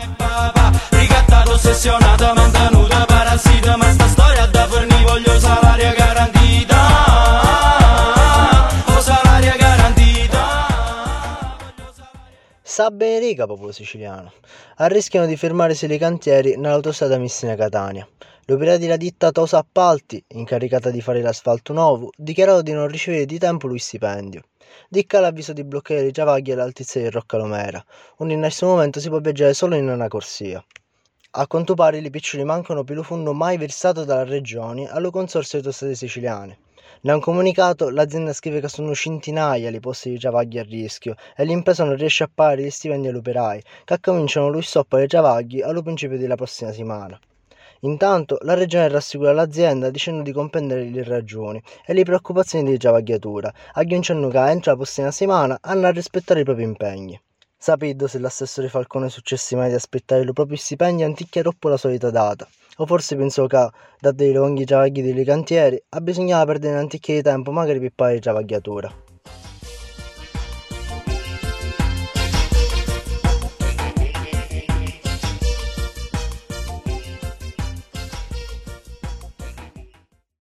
Ricattato, ossessionato, mantenuto, parassita, ma sta storia da forni, voglio salario garantita. Oh, salario garantita. Sa benedica popolo siciliano. Arrischiano di fermarsi i cantieri nell'autostrada Messina-Catania. L'operaio della ditta Tosa Appalti, incaricata di fare l'asfalto nuovo, dichiarato di non ricevere di tempo lo stipendio. Dicca l'avviso di bloccare i giavagli all'altezza di Roccalomera, onde in questo momento si può viaggiare solo in una corsia. A quanto pare i piccioli mancano per lo fondo mai versato dalla regione allo consorzio di autostrade siciliane. Da un comunicato l'azienda scrive che sono centinaia le posti di giavagli a rischio e l'impresa non riesce a pagare gli stipendi agli operai, che cominciano lo stop ai giavagli allo principio della prossima settimana. Intanto la regione rassicura l'azienda dicendo di comprendere le ragioni e le preoccupazioni di giavagliatura, aggiungendo che entro la prossima settimana hanno a rispettare i propri impegni. Sapendo se l'assessore Falcone successi mai di aspettare i propri stipendi anziché troppo la solita data, o forse pensò che, da dei lunghi giavagli dei cantieri, bisognava perdere anziché di tempo magari per pagare giavagliatura.